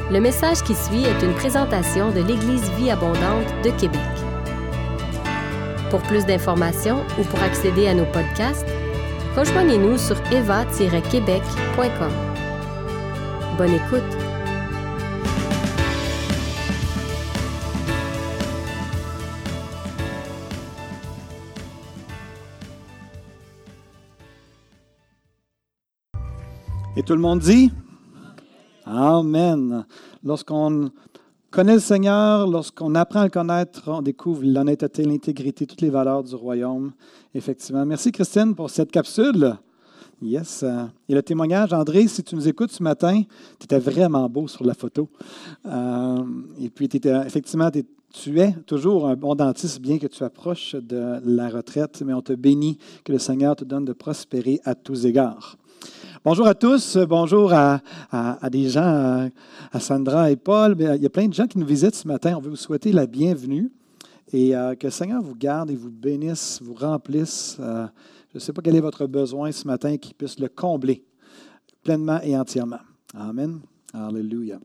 Le message qui suit est une présentation de l'Église Vie Abondante de Québec. Pour plus d'informations ou pour accéder à nos podcasts, rejoignez-nous sur eva-québec.com. Bonne écoute! Et tout le monde dit? Amen. Lorsqu'on connaît le Seigneur, lorsqu'on apprend à le connaître, on découvre l'honnêteté, l'intégrité, toutes les valeurs du royaume. Effectivement. Merci Christine pour cette capsule. Yes. Et le témoignage, André, si tu nous écoutes ce matin, tu étais vraiment beau sur la photo. Et puis, effectivement, tu es toujours un bon dentiste, bien que tu approches de la retraite, mais on te bénit, que le Seigneur te donne de prospérer à tous égards. Bonjour à tous, bonjour à des gens, à Sandra et Paul. Il y a plein de gens qui nous visitent ce matin. On veut vous souhaiter la bienvenue et que le Seigneur vous garde et vous bénisse, vous remplisse. Je ne sais pas quel est votre besoin ce matin, qu'il puisse le combler pleinement et entièrement. Amen. Alléluia.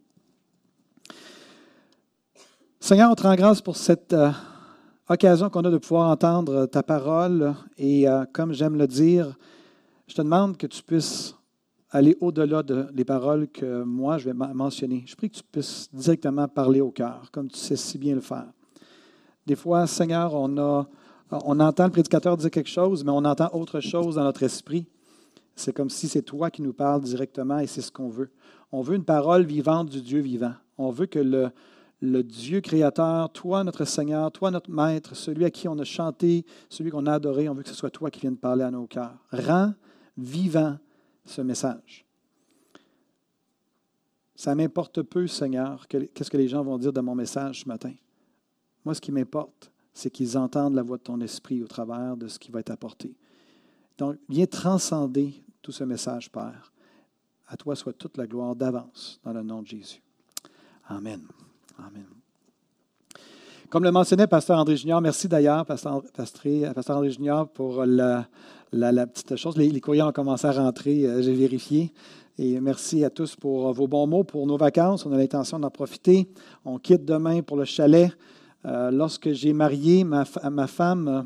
Seigneur, on te rend grâce pour cette occasion qu'on a de pouvoir entendre ta parole et comme j'aime le dire, je te demande que tu puisses aller au-delà des paroles que moi, je vais mentionner. Je prie que tu puisses directement parler au cœur, comme tu sais si bien le faire. Des fois, Seigneur, on entend le prédicateur dire quelque chose, mais on entend autre chose dans notre esprit. C'est comme si c'est toi qui nous parles directement et c'est ce qu'on veut. On veut une parole vivante du Dieu vivant. On veut que le Dieu créateur, toi, notre Seigneur, toi, notre Maître, celui à qui on a chanté, celui qu'on a adoré, on veut que ce soit toi qui viennes parler à nos cœurs. Rends vivant ce message. Ça m'importe peu, Seigneur, qu'est-ce que les gens vont dire de mon message ce matin. Moi, ce qui m'importe, c'est qu'ils entendent la voix de ton esprit au travers de ce qui va être apporté. Donc, viens transcender tout ce message, Père. À toi soit toute la gloire d'avance, dans le nom de Jésus. Amen. Amen. Comme le mentionnait Pasteur André Junior, merci d'ailleurs, Pasteur André Junior, pour la petite chose. Les courriers ont commencé à rentrer, j'ai vérifié. Et merci à tous pour vos bons mots pour nos vacances. On a l'intention d'en profiter. On quitte demain pour le chalet. Lorsque j'ai marié ma femme,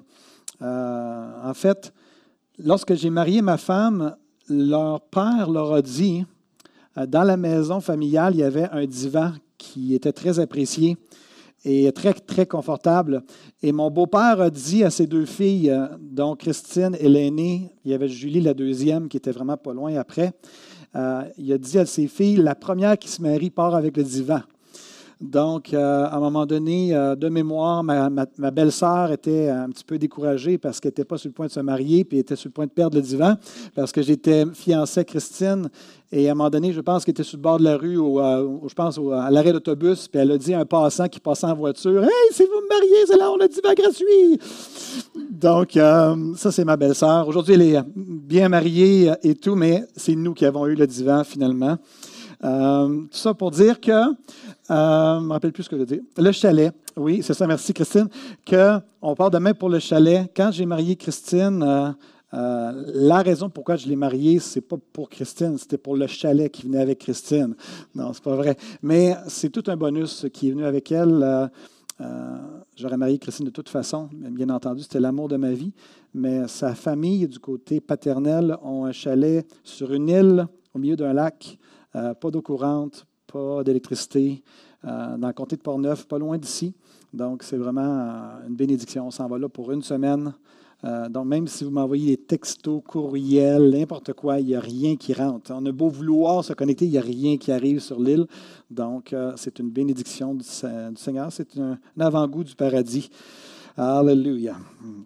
lorsque j'ai marié ma femme, leur père leur a dit, dans la maison familiale, il y avait un divan qui était très apprécié et très, très confortable. Et mon beau-père a dit à ses deux filles, dont Christine et l'aînée, il y avait Julie, la deuxième, qui était vraiment pas loin après, il a dit à ses filles, la première qui se marie part avec le divan. Donc, à un moment donné, de mémoire, ma belle-sœur était un petit peu découragée parce qu'elle n'était pas sur le point de se marier, puis elle était sur le point de perdre le divan, parce que j'étais fiancé à Christine. Et à un moment donné, je pense qu'elle était sur le bord de la rue, à l'arrêt d'autobus, puis elle a dit à un passant qui passait en voiture, « Hey, si vous me mariez, c'est là, on a le divan gratuit! » Donc, ça, c'est ma belle-sœur. Aujourd'hui, elle est bien mariée et tout, mais c'est nous qui avons eu le divan finalement. Tout ça pour dire que, je ne me rappelle plus ce que je veux dire, le chalet, oui, c'est ça, merci Christine, qu'on part demain pour le chalet. Quand j'ai marié Christine, la raison pourquoi je l'ai mariée, ce n'est pas pour Christine, c'était pour le chalet qui venait avec Christine. Non, c'est pas vrai. Mais c'est tout un bonus qui est venu avec elle. J'aurais marié Christine de toute façon, bien entendu, c'était l'amour de ma vie. Mais sa famille, du côté paternel, ont un chalet sur une île au milieu d'un lac. Pas d'eau courante, pas d'électricité, dans le comté de Portneuf, pas loin d'ici. Donc, c'est vraiment une bénédiction. On s'en va là pour une semaine. Donc, même si vous m'envoyez des textos, courriels, n'importe quoi, il n'y a rien qui rentre. On a beau vouloir se connecter, il n'y a rien qui arrive sur l'île. Donc, c'est une bénédiction du Seigneur. C'est un avant-goût du paradis. Alléluia.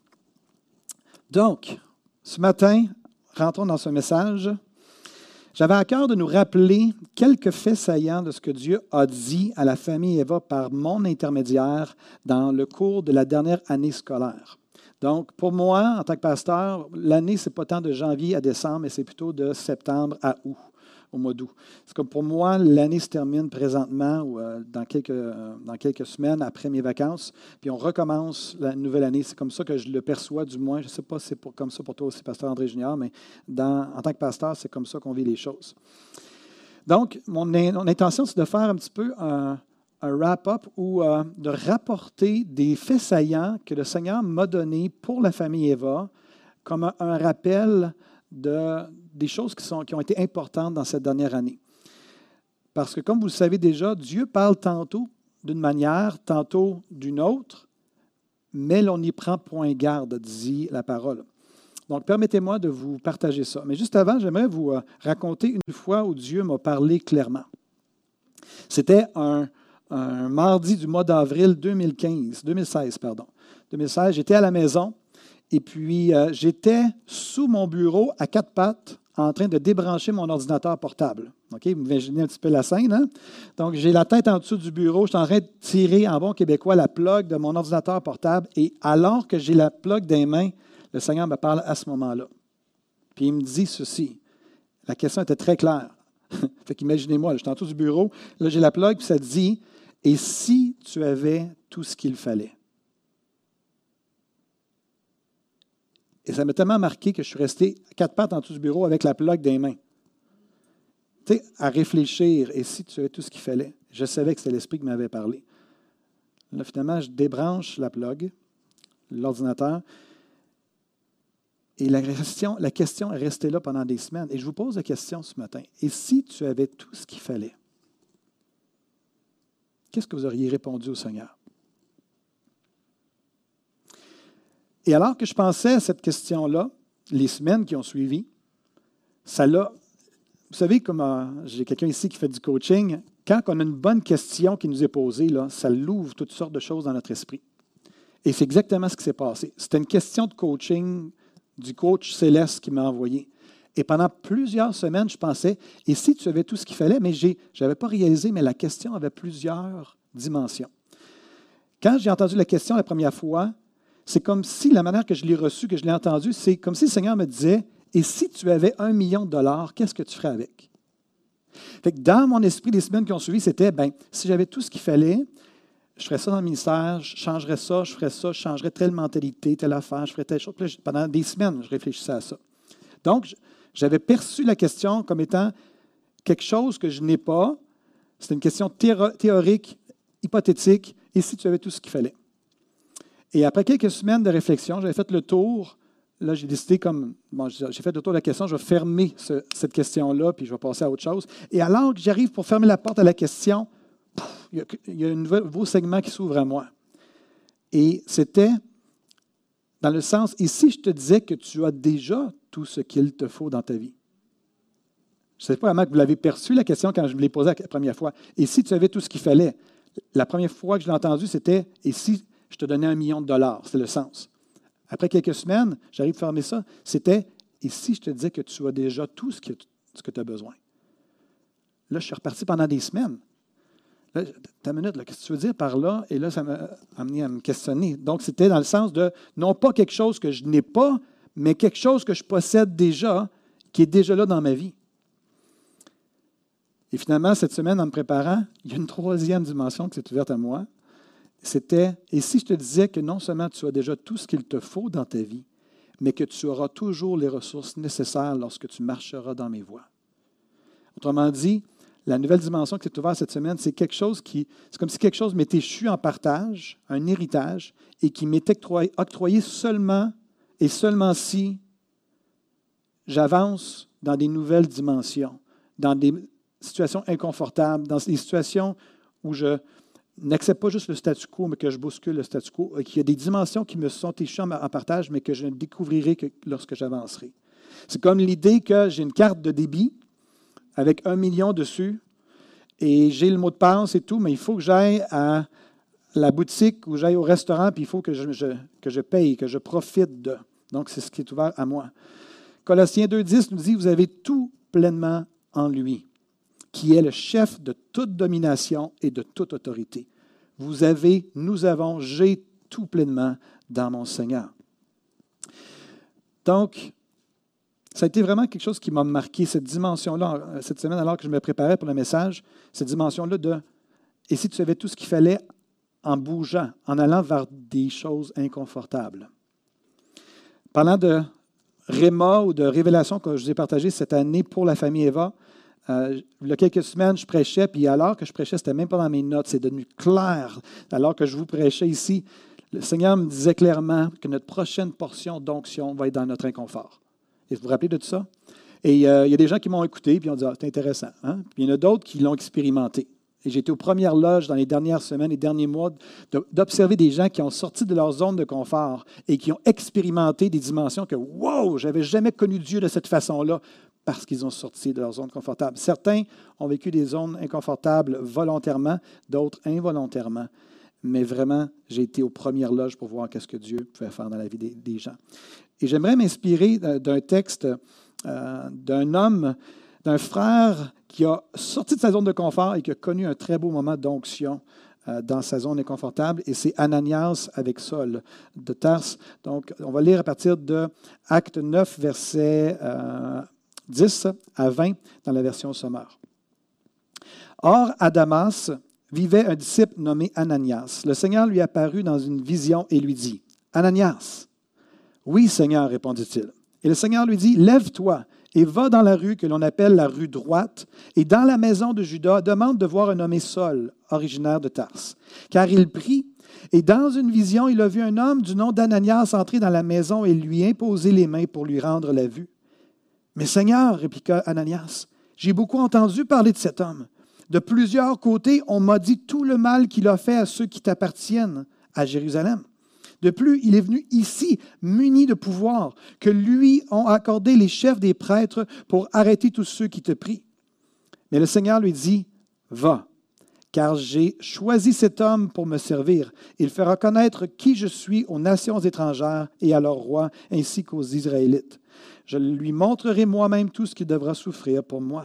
Donc, ce matin, rentrons dans ce message. J'avais à cœur de nous rappeler quelques faits saillants de ce que Dieu a dit à la famille Eva par mon intermédiaire dans le cours de la dernière année scolaire. Donc, pour moi, en tant que pasteur, l'année, ce n'est pas tant de janvier à décembre, mais c'est plutôt de septembre à août, au mois d'août. C'est comme pour moi, l'année se termine présentement ou dans quelques semaines après mes vacances, puis on recommence la nouvelle année. C'est comme ça que je le perçois, du moins. Je ne sais pas si c'est comme ça pour toi aussi, pasteur André Junior, mais en tant que pasteur, c'est comme ça qu'on vit les choses. Donc, mon intention, c'est de faire un petit peu un wrap-up ou de rapporter des faits saillants que le Seigneur m'a donnés pour la famille Eva comme un rappel des choses qui ont été importantes dans cette dernière année. Parce que, comme vous le savez déjà, Dieu parle tantôt d'une manière, tantôt d'une autre, mais l'on n'y prend point garde, dit la parole. Donc, permettez-moi de vous partager ça. Mais juste avant, j'aimerais vous raconter une fois où Dieu m'a parlé clairement. C'était un mardi du mois d'avril 2016. 2016, j'étais à la maison et puis j'étais sous mon bureau à quatre pattes en train de débrancher mon ordinateur portable. OK? Vous imaginez un petit peu la scène, hein? Donc, j'ai la tête en dessous du bureau. Je suis en train de tirer en bon québécois la plug de mon ordinateur portable et alors que j'ai la plug dans les mains, le Seigneur me parle à ce moment-là. Puis il me dit ceci. La question était très claire. Fait qu'imaginez-moi, je suis en dessous du bureau, là j'ai la plug, puis ça dit « Et si tu avais tout ce qu'il fallait? » Et ça m'a tellement marqué que je suis resté quatre pattes en dessous du bureau avec la plug dans les mains. Tu sais, à réfléchir, et si tu avais tout ce qu'il fallait? Je savais que c'était l'Esprit qui m'avait parlé. Là, finalement, je débranche la plug, l'ordinateur, et la question est restée là pendant des semaines. Et je vous pose la question ce matin. Et si tu avais tout ce qu'il fallait? Qu'est-ce que vous auriez répondu au Seigneur? Et alors que je pensais à cette question-là, les semaines qui ont suivi, ça l'a... Vous savez, comme j'ai quelqu'un ici qui fait du coaching, quand on a une bonne question qui nous est posée, là, ça l'ouvre toutes sortes de choses dans notre esprit. Et c'est exactement ce qui s'est passé. C'était une question de coaching du coach Céleste qui m'a envoyé. Et pendant plusieurs semaines, je pensais, et si tu avais tout ce qu'il fallait, mais je n'avais pas réalisé, mais la question avait plusieurs dimensions. Quand j'ai entendu la question la première fois, c'est comme si la manière que je l'ai reçue, que je l'ai entendue, c'est comme si le Seigneur me disait, et si tu avais $1 million, qu'est-ce que tu ferais avec? Fait que dans mon esprit, les semaines qui ont suivi, c'était, si j'avais tout ce qu'il fallait, je ferais ça dans le ministère, je changerais ça, je ferais ça, je changerais telle mentalité, telle affaire, je ferais telle chose. Puis là, pendant des semaines, je réfléchissais à ça. Donc, j'avais perçu la question comme étant quelque chose que je n'ai pas. C'était une question théorique, hypothétique, et si tu avais tout ce qu'il fallait. Et après quelques semaines de réflexion, j'avais fait le tour. Là, j'ai décidé j'ai fait le tour de la question, je vais fermer cette question-là, puis je vais passer à autre chose. Et alors que j'arrive pour fermer la porte à la question, il y a un nouveau segment qui s'ouvre à moi. Et c'était dans le sens, et si je te disais que tu as déjà tout ce qu'il te faut dans ta vie? Je ne sais pas vraiment que vous l'avez perçu, la question, quand je me l'ai posée la première fois. Et si tu avais tout ce qu'il fallait? La première fois que je l'ai entendu, c'était, et si je te donnais $1 million? C'était le sens. Après quelques semaines, j'arrive à fermer ça, c'était, et si je te disais que tu as déjà tout ce que tu as besoin? Là, je suis reparti pendant des semaines. Là, t'as une minute, là, qu'est-ce que tu veux dire par là? Et là, ça m'a amené à me questionner. Donc, c'était dans le sens de, non pas quelque chose que je n'ai pas, mais quelque chose que je possède déjà, qui est déjà là dans ma vie. Et finalement, cette semaine, en me préparant, il y a une troisième dimension qui s'est ouverte à moi. C'était, et si je te disais que non seulement tu as déjà tout ce qu'il te faut dans ta vie, mais que tu auras toujours les ressources nécessaires lorsque tu marcheras dans mes voies. Autrement dit, la nouvelle dimension qui s'est ouverte cette semaine, c'est comme si quelque chose m'était échu en partage, un héritage, et qui m'était octroyé seulement et seulement si j'avance dans des nouvelles dimensions, dans des situations inconfortables, dans des situations où je n'accepte pas juste le statu quo, mais que je bouscule le statu quo, et qu'il y a des dimensions qui me sont échues en partage, mais que je ne découvrirai que lorsque j'avancerai. C'est comme l'idée que j'ai une carte de débit avec 1 million dessus, et j'ai le mot de passe et tout, mais il faut que j'aille à la boutique ou j'aille au restaurant, puis il faut que je paye, que je profite de. Donc, c'est ce qui est ouvert à moi. Colossiens 2,10 nous dit, vous avez tout pleinement en lui, qui est le chef de toute domination et de toute autorité. Nous avons, j'ai tout pleinement dans mon Seigneur. Donc, ça a été vraiment quelque chose qui m'a marqué, cette dimension-là, cette semaine, alors que je me préparais pour le message, cette dimension-là de « et si tu avais tout ce qu'il fallait en bougeant, en allant vers des choses inconfortables ». Parlant de réma ou de révélation que je vous ai partagé cette année pour la famille Eva, Il y a quelques semaines, je prêchais, puis alors que je prêchais, ce n'était même pas dans mes notes, c'est devenu clair. Alors que je vous prêchais ici, le Seigneur me disait clairement que notre prochaine portion d'onction va être dans notre inconfort. Et vous vous rappelez de tout ça? Et il y a des gens qui m'ont écouté, puis ont dit, c'est intéressant. Hein? Puis il y en a d'autres qui l'ont expérimenté. Et j'ai été aux premières loges dans les dernières semaines, les derniers mois, d'observer des gens qui ont sorti de leur zone de confort et qui ont expérimenté des dimensions que, wow, je n'avais jamais connu Dieu de cette façon-là, parce qu'ils ont sorti de leur zone confortable. Certains ont vécu des zones inconfortables volontairement, d'autres involontairement. Mais vraiment, j'ai été aux premières loges pour voir qu'est-ce que Dieu pouvait faire dans la vie des gens. Et j'aimerais m'inspirer d'un texte d'un homme, d'un frère qui a sorti de sa zone de confort et qui a connu un très beau moment d'onction dans sa zone inconfortable. Et c'est Ananias avec Saul de Tarse. Donc, on va lire à partir de Acte 9, versets 10 à 20 dans la version sommaire. Or, à Damas vivait un disciple nommé Ananias. Le Seigneur lui apparut dans une vision et lui dit, « Ananias, oui, Seigneur, répondit-il. Et le Seigneur lui dit, « Lève-toi et va dans la rue que l'on appelle la rue droite, et dans la maison de Judas, demande de voir un nommé Saul, originaire de Tarse. Car il prie, et dans une vision, il a vu un homme du nom d'Ananias entrer dans la maison et lui imposer les mains pour lui rendre la vue. Mais Seigneur, répliqua Ananias, j'ai beaucoup entendu parler de cet homme. De plusieurs côtés, on m'a dit tout le mal qu'il a fait à ceux qui t'appartiennent à Jérusalem. De plus, il est venu ici, muni de pouvoir, que lui ont accordé les chefs des prêtres pour arrêter tous ceux qui te prient. Mais le Seigneur lui dit, va, car j'ai choisi cet homme pour me servir. Il fera connaître qui je suis aux nations étrangères et à leurs rois, ainsi qu'aux Israélites. Je lui montrerai moi-même tout ce qu'il devra souffrir pour moi.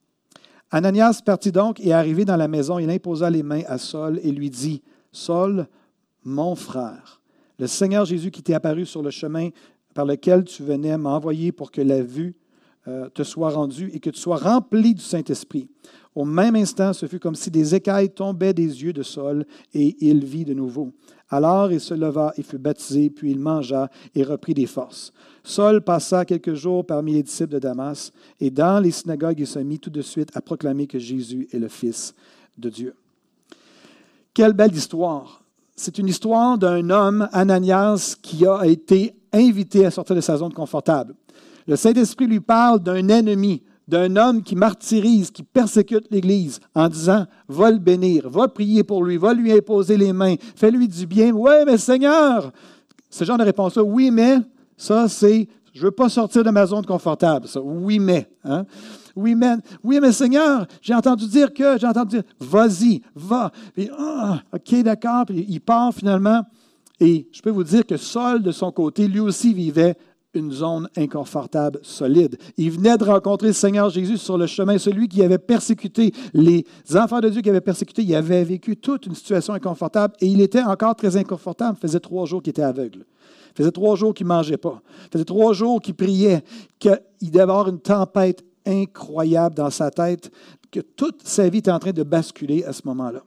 Ananias partit donc et arrivé dans la maison, il imposa les mains à Saul et lui dit, Saul, mon frère, le Seigneur Jésus qui t'est apparu sur le chemin par lequel tu venais m'a envoyé pour que la vue te soit rendue et que tu sois rempli du Saint-Esprit. Au même instant, ce fut comme si des écailles tombaient des yeux de Saul et il vit de nouveau. Alors il se leva et fut baptisé, puis il mangea et reprit des forces. Saul passa quelques jours parmi les disciples de Damas et dans les synagogues, il se mit tout de suite à proclamer que Jésus est le Fils de Dieu. Quelle belle histoire! C'est une histoire d'un homme, Ananias, qui a été invité à sortir de sa zone confortable. Le Saint-Esprit lui parle d'un ennemi, d'un homme qui martyrise, qui persécute l'Église en disant « Va le bénir, va prier pour lui, va lui imposer les mains, fais-lui du bien. » « Oui, mais Seigneur! » Ce genre de réponse-là, « Oui, mais », ça c'est « Je ne veux pas sortir de ma zone confortable. » Ça, « Oui, mais. Hein? » Oui, mais Seigneur, j'ai entendu dire, vas-y, va. Puis, OK, d'accord. Puis il part finalement. Et je peux vous dire que Saul, de son côté, lui aussi vivait une zone inconfortable, solide. Il venait de rencontrer le Seigneur Jésus sur le chemin, celui qui avait persécuté les enfants de Dieu qui avaient persécuté. Il avait vécu toute une situation inconfortable et il était encore très inconfortable. Il faisait 3 jours qu'il était aveugle. Il faisait 3 jours qu'il ne mangeait pas. Il faisait 3 jours qu'il priait, qu'il devait avoir une tempête incroyable dans sa tête, que toute sa vie était en train de basculer à ce moment-là.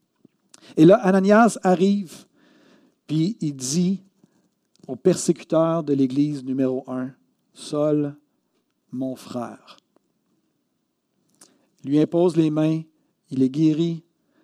Et là, Ananias arrive, puis il dit au persécuteur de l'Église numéro 1, Saul, mon frère. Il lui impose les mains, il est guéri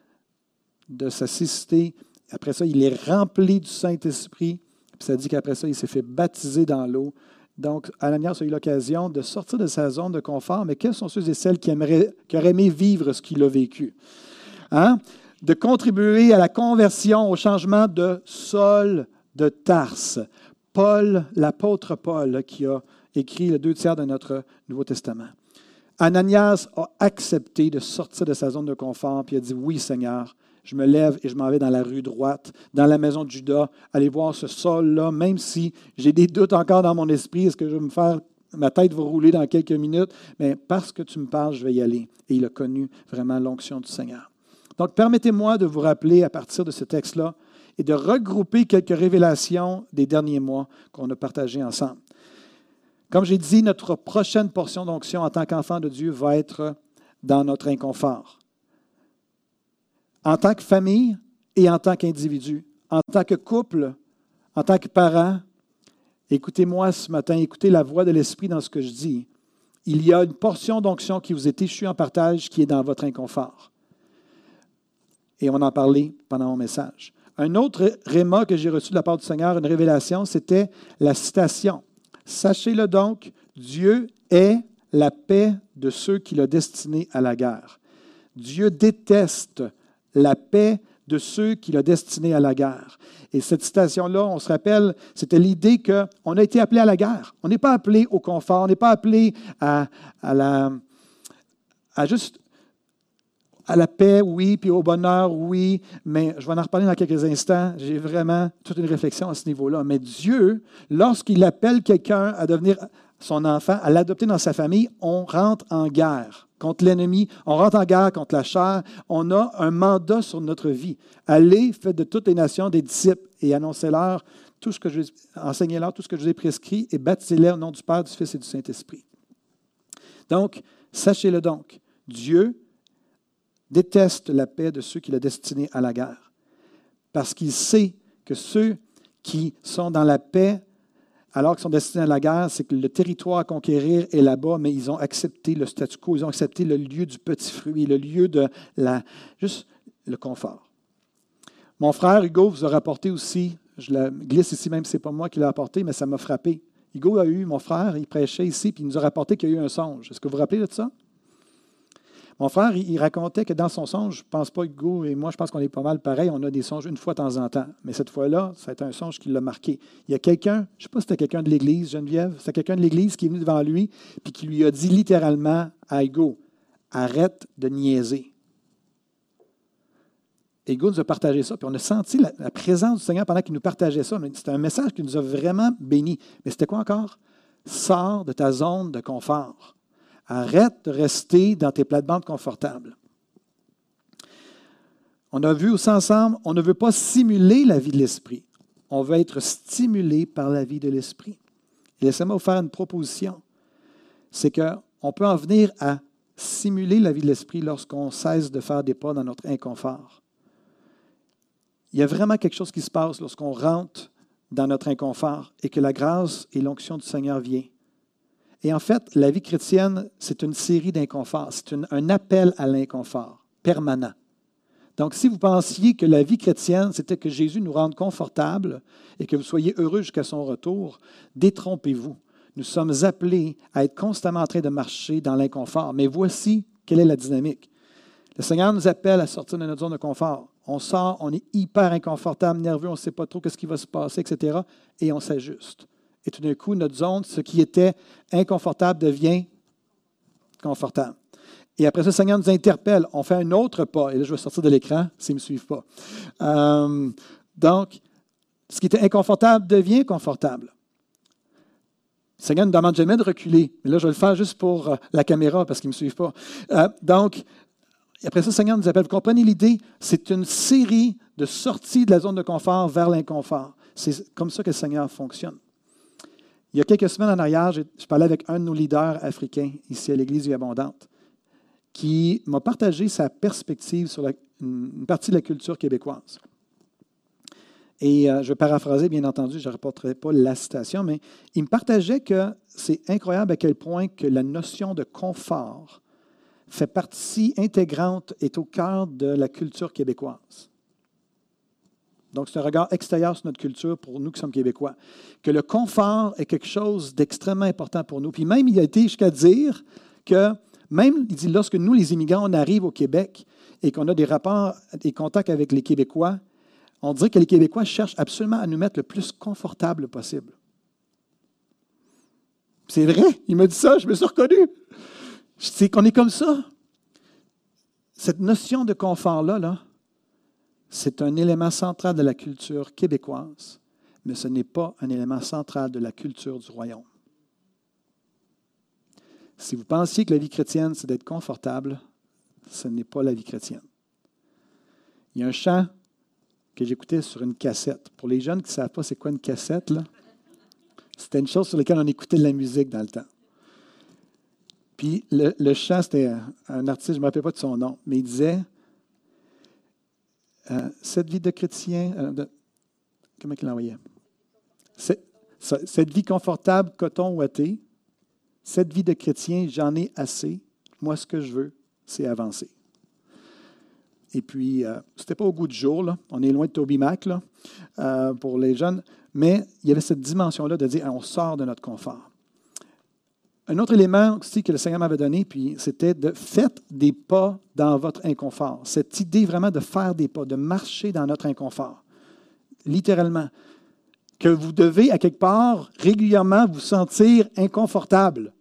de sa cécité. Après ça, il est rempli du Saint-Esprit. Puis ça dit qu'après ça, il s'est fait baptiser dans l'eau. Donc, Ananias a eu l'occasion de sortir de sa zone de confort, mais quels sont ceux et celles qui auraient aimé vivre ce qu'il a vécu? Hein? De contribuer à la conversion, au changement de Saul de Tarse. Paul, l'apôtre Paul, qui a écrit les 2 tiers de notre Nouveau Testament. Ananias a accepté de sortir de sa zone de confort, puis il a dit, oui Seigneur, je me lève et je m'en vais dans la rue droite, dans la maison de Judas, aller voir ce Saul-là, même si j'ai des doutes encore dans mon esprit, est-ce que je vais me faire, ma tête va rouler dans quelques minutes, mais parce que tu me parles, je vais y aller. Et il a connu vraiment l'onction du Seigneur. Donc, permettez-moi de vous rappeler à partir de ce texte-là et de regrouper quelques révélations des derniers mois qu'on a partagées ensemble. Comme j'ai dit, notre prochaine portion d'onction en tant qu'enfant de Dieu va être dans notre inconfort. En tant que famille et en tant qu'individu, en tant que couple, en tant que parent, écoutez-moi ce matin, écoutez la voix de l'Esprit dans ce que je dis il y a une portion d'onction qui vous est échue en partage qui est dans votre inconfort. Et on en parlait pendant mon message. Un autre réma que j'ai reçu de la part du Seigneur, une révélation, c'était la citation. « Sachez-le donc, Dieu est la paix de ceux qu'il a destinés à la guerre. Dieu déteste la paix de ceux qu'il a destinés à la guerre. » Et cette citation-là, on se rappelle, c'était l'idée qu'on a été appelé à la guerre. On n'est pas appelé au confort, on n'est pas appelé à la paix, oui, puis au bonheur, oui, mais je vais en reparler dans quelques instants. J'ai vraiment toute une réflexion à ce niveau-là. Mais Dieu, lorsqu'il appelle quelqu'un à devenir son enfant, à l'adopter dans sa famille, on rentre en guerre contre l'ennemi, on rentre en guerre contre la chair. On a un mandat sur notre vie. Allez, faites de toutes les nations des disciples et annoncez-leur tout ce que enseignez-leur tout ce que je vous ai prescrit et baptisez-les au nom du Père, du Fils et du Saint-Esprit. Donc, sachez-le donc, Dieu déteste la paix de ceux qu'il a destinés à la guerre, parce qu'il sait que ceux qui sont dans la paix, alors qu'ils sont destinés à la guerre, c'est que le territoire à conquérir est là-bas, mais ils ont accepté le statu quo, ils ont accepté le lieu du petit fruit, le lieu de juste le confort. Mon frère Hugo vous a rapporté aussi, je la glisse ici, même si ce n'est pas moi qui l'ai apporté, mais ça m'a frappé. Hugo a eu, mon frère, il prêchait ici, puis il nous a rapporté qu'il y a eu un songe. Est-ce que vous vous rappelez de ça? Mon frère, il racontait que dans son songe, je ne pense pas Hugo et moi, je pense qu'on est pas mal pareil, on a des songes une fois de temps en temps. Mais cette fois-là, ça a été un songe qui l'a marqué. Il y a quelqu'un, je ne sais pas si c'était quelqu'un de l'Église, Geneviève, c'était quelqu'un de l'Église qui est venu devant lui puis qui lui a dit littéralement à Hugo, « Arrête de niaiser. » Et Hugo nous a partagé ça, puis on a senti la présence du Seigneur pendant qu'il nous partageait ça. C'était un message qui nous a vraiment bénis. Mais c'était quoi encore? Sors de ta zone de confort. Arrête de rester dans tes plates-bandes confortables. On a vu aussi ensemble, on ne veut pas simuler la vie de l'Esprit. On veut être stimulé par la vie de l'Esprit. Laissez-moi vous faire une proposition. C'est qu'on peut en venir à simuler la vie de l'Esprit lorsqu'on cesse de faire des pas dans notre inconfort. Il y a vraiment quelque chose qui se passe lorsqu'on rentre dans notre inconfort et que la grâce et l'onction du Seigneur viennent. Et en fait, la vie chrétienne, c'est une série d'inconforts. C'est un appel à l'inconfort permanent. Donc, si vous pensiez que la vie chrétienne, c'était que Jésus nous rende confortables et que vous soyez heureux jusqu'à son retour, détrompez-vous. Nous sommes appelés à être constamment en train de marcher dans l'inconfort. Mais voici quelle est la dynamique. Le Seigneur nous appelle à sortir de notre zone de confort. On sort, on est hyper inconfortable, nerveux, on ne sait pas trop ce qui va se passer, etc. Et on s'ajuste. Et tout d'un coup, notre zone, ce qui était inconfortable devient confortable. Et après ça, le Seigneur nous interpelle. On fait un autre pas. Et là, je vais sortir de l'écran s'ils ne me suivent pas. Donc, ce qui était inconfortable devient confortable. Le Seigneur ne nous demande jamais de reculer. Mais là, je vais le faire juste pour la caméra parce qu'ils ne me suivent pas. Donc, après ça, le Seigneur nous appelle. Vous comprenez l'idée? C'est une série de sorties de la zone de confort vers l'inconfort. C'est comme ça que le Seigneur fonctionne. Il y a quelques semaines en arrière, je parlais avec un de nos leaders africains ici à l'Église Vie Abondante qui m'a partagé sa perspective sur une partie de la culture québécoise. Et je vais paraphraser, bien entendu, je ne rapporterai pas la citation, mais il me partageait que c'est incroyable à quel point que la notion de confort fait partie intégrante, est au cœur de la culture québécoise. Donc, c'est un regard extérieur sur notre culture pour nous qui sommes Québécois. Que le confort est quelque chose d'extrêmement important pour nous. Puis même, il a été jusqu'à dire que, même, il dit, lorsque nous, les immigrants, on arrive au Québec et qu'on a des rapports, des contacts avec les Québécois, on dirait que les Québécois cherchent absolument à nous mettre le plus confortable possible. C'est vrai, il m'a dit ça, je me suis reconnu. C'est qu'on est comme ça. Cette notion de confort-là, c'est un élément central de la culture québécoise, mais ce n'est pas un élément central de la culture du royaume. Si vous pensiez que la vie chrétienne, c'est d'être confortable, ce n'est pas la vie chrétienne. Il y a un chant que j'écoutais sur une cassette. Pour les jeunes qui ne savent pas c'est quoi une cassette, là, c'était une chose sur laquelle on écoutait de la musique dans le temps. Puis le chant, c'était un artiste, je ne me rappelle pas de son nom, mais il disait cette vie de chrétien, comment il l'envoyait? Cette vie confortable, coton ouaté, Cette vie de chrétien, j'en ai assez. Moi, ce que je veux, c'est avancer. Et puis, ce n'était pas au goût du jour, là. On est loin de Toby Mac là, pour les jeunes, mais il y avait cette dimension-là de dire on sort de notre confort. Un autre élément aussi que le Seigneur m'avait donné, puis c'était de faites des pas dans votre inconfort. Cette idée vraiment de faire des pas, de marcher dans notre inconfort. Littéralement. Que vous devez, à quelque part, régulièrement vous sentir inconfortable.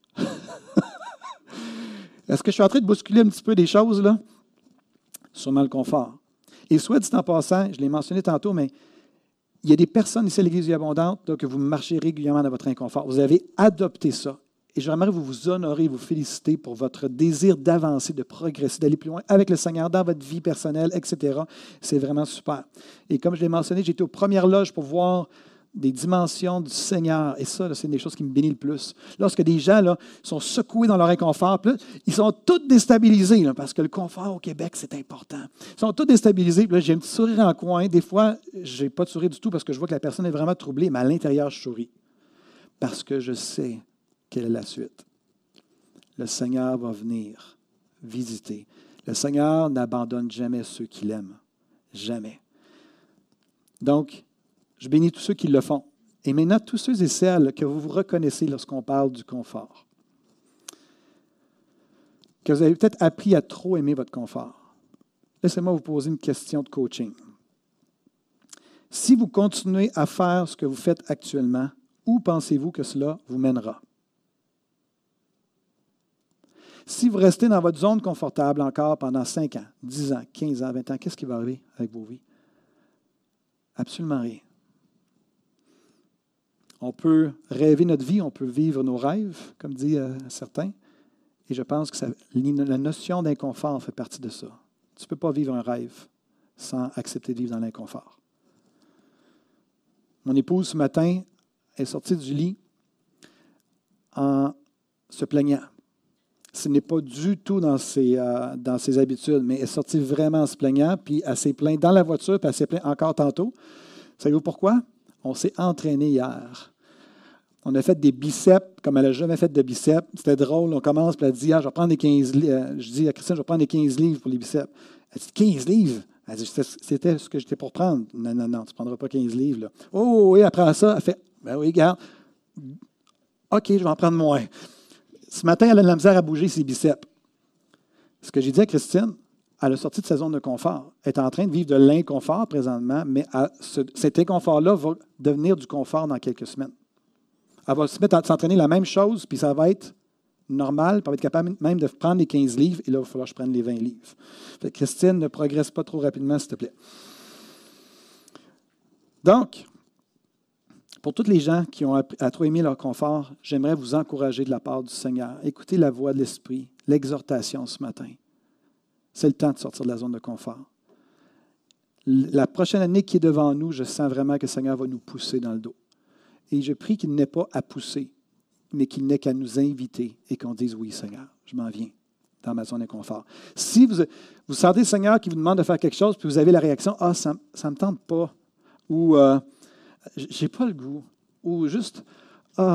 Est-ce que je suis en train de bousculer un petit peu des choses, là? Sûrement le confort. Et soit dit en passant, je l'ai mentionné tantôt, mais il y a des personnes ici à l'Église Vie Abondante là, que vous marchez régulièrement dans votre inconfort. Vous avez adopté ça. Et j'aimerais vous honorer, vous féliciter pour votre désir d'avancer, de progresser, d'aller plus loin avec le Seigneur dans votre vie personnelle, etc. C'est vraiment super. Et comme je l'ai mentionné, j'étais aux premières loges pour voir des dimensions du Seigneur. Et ça, là, c'est une des choses qui me bénit le plus. Lorsque des gens là, sont secoués dans leur inconfort, puis là, ils sont tous déstabilisés, là, parce que le confort au Québec, c'est important. Ils sont tous déstabilisés, puis là, j'ai un petit sourire en coin. Des fois, je n'ai pas de sourire du tout parce que je vois que la personne est vraiment troublée, mais à l'intérieur, je souris. Parce que je sais quelle est la suite. Le Seigneur va venir visiter. Le Seigneur n'abandonne jamais ceux qui l'aiment. Jamais. Donc, je bénis tous ceux qui le font. Et maintenant, tous ceux et celles que vous vous reconnaissez lorsqu'on parle du confort. Que vous avez peut-être appris à trop aimer votre confort. Laissez-moi vous poser une question de coaching. Si vous continuez à faire ce que vous faites actuellement, où pensez-vous que cela vous mènera? Si vous restez dans votre zone confortable encore pendant 5 ans, 10 ans, 15 ans, 20 ans, qu'est-ce qui va arriver avec vos vies? Absolument rien. On peut rêver notre vie, on peut vivre nos rêves, comme disent certains. Et je pense que la notion d'inconfort fait partie de ça. Tu ne peux pas vivre un rêve sans accepter de vivre dans l'inconfort. Mon épouse, ce matin, est sortie du lit en se plaignant. Ce n'est pas du tout dans ses habitudes, mais elle est sortie vraiment en se plaignant, puis elle s'est plainte dans la voiture, puis elle s'est plainte encore tantôt. Savez-vous pourquoi? On s'est entraîné hier. On a fait des biceps comme elle n'a jamais fait de biceps. C'était drôle. On commence, puis elle dit, je vais prendre les 15 livres. Je dis à Christine, je vais prendre les 15 livres pour les biceps. Elle dit, 15 livres? Elle dit, c'était ce que j'étais pour prendre. Non, tu ne prendras pas 15 livres. Là. Oh, oui, après ça, elle fait, ben oui, regarde. OK, je vais en prendre moins. Ce matin, elle a de la misère à bouger ses biceps. Ce que j'ai dit à Christine, elle a sorti de sa zone de confort. Elle est en train de vivre de l'inconfort présentement, mais cet inconfort-là va devenir du confort dans quelques semaines. Elle va se mettre à s'entraîner la même chose, puis ça va être normal, puis elle va être capable même de prendre les 15 livres, et là, il va falloir que je prenne les 20 livres. Fait que Christine, ne progresse pas trop rapidement, s'il te plaît. Donc, pour tous les gens qui ont à trop aimer leur confort, j'aimerais vous encourager de la part du Seigneur. Écoutez la voix de l'Esprit, l'exhortation ce matin. C'est le temps de sortir de la zone de confort. La prochaine année qui est devant nous, je sens vraiment que le Seigneur va nous pousser dans le dos. Et je prie qu'il n'ait pas à pousser, mais qu'il n'ait qu'à nous inviter et qu'on dise « Oui, Seigneur, je m'en viens dans ma zone de confort. » Si vous sentez le Seigneur qui vous demande de faire quelque chose, puis vous avez la réaction « Ah, ça ne me tente pas » ou « J'ai pas le goût » ou juste « Ah ».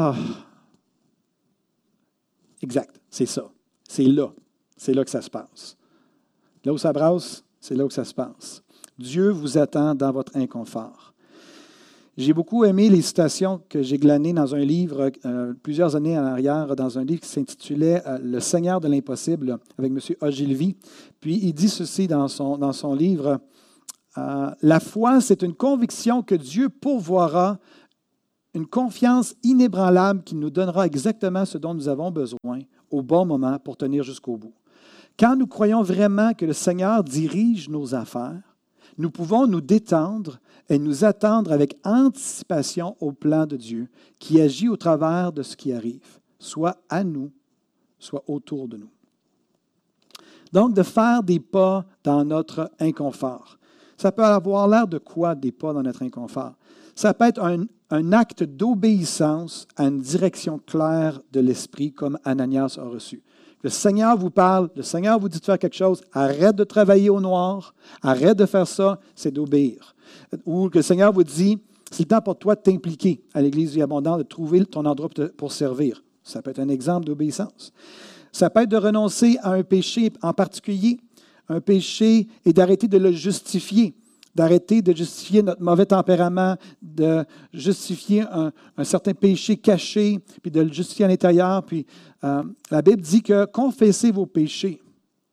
Exact, c'est ça. C'est là. C'est là que ça se passe. Là où ça brasse, c'est là où ça se passe. Dieu vous attend dans votre inconfort. J'ai beaucoup aimé les citations que j'ai glanées dans un livre, plusieurs années en arrière, dans un livre qui s'intitulait « Le Seigneur de l'impossible » avec M. Ogilvy. Puis il dit ceci dans son livre, « La foi, c'est une conviction que Dieu pourvoira, une confiance inébranlable qui nous donnera exactement ce dont nous avons besoin au bon moment pour tenir jusqu'au bout. Quand nous croyons vraiment que le Seigneur dirige nos affaires, nous pouvons nous détendre et nous attendre avec anticipation au plan de Dieu qui agit au travers de ce qui arrive, soit à nous, soit autour de nous. » Donc, de faire des pas dans notre inconfort. Ça peut avoir l'air de quoi, des pas dans notre inconfort? Ça peut être un acte d'obéissance à une direction claire de l'Esprit, comme Ananias a reçu. Le Seigneur vous parle, le Seigneur vous dit de faire quelque chose, arrête de travailler au noir, arrête de faire ça, c'est d'obéir. Ou que le Seigneur vous dit, c'est le temps pour toi de t'impliquer à l'Église Vie Abondante, de trouver ton endroit pour servir. Ça peut être un exemple d'obéissance. Ça peut être de renoncer à un péché en particulier, un péché, et d'arrêter de le justifier, d'arrêter de justifier notre mauvais tempérament, de justifier un certain péché caché, puis de le justifier à l'intérieur. Puis la Bible dit que confessez vos péchés.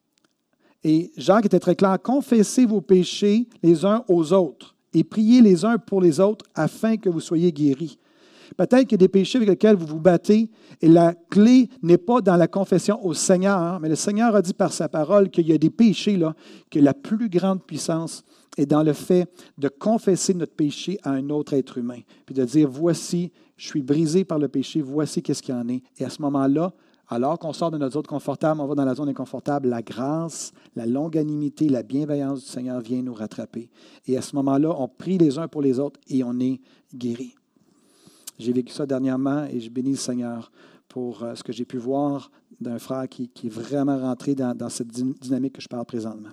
Et Jacques était très clair, confessez vos péchés les uns aux autres et priez les uns pour les autres afin que vous soyez guéris. Peut-être qu'il y a des péchés avec lesquels vous vous battez et la clé n'est pas dans la confession au Seigneur, mais le Seigneur a dit par sa parole qu'il y a des péchés là, que la plus grande puissance est dans le fait de confesser notre péché à un autre être humain, puis de dire, voici, je suis brisé par le péché, voici qu'est-ce qu'il y en est. Et à ce moment-là, alors qu'on sort de notre zone confortable, on va dans la zone inconfortable, la grâce, la longanimité, la bienveillance du Seigneur vient nous rattraper. Et à ce moment-là, on prie les uns pour les autres et on est guéri. J'ai vécu ça dernièrement et je bénis le Seigneur pour ce que j'ai pu voir d'un frère qui est vraiment rentré dans cette dynamique que je parle présentement.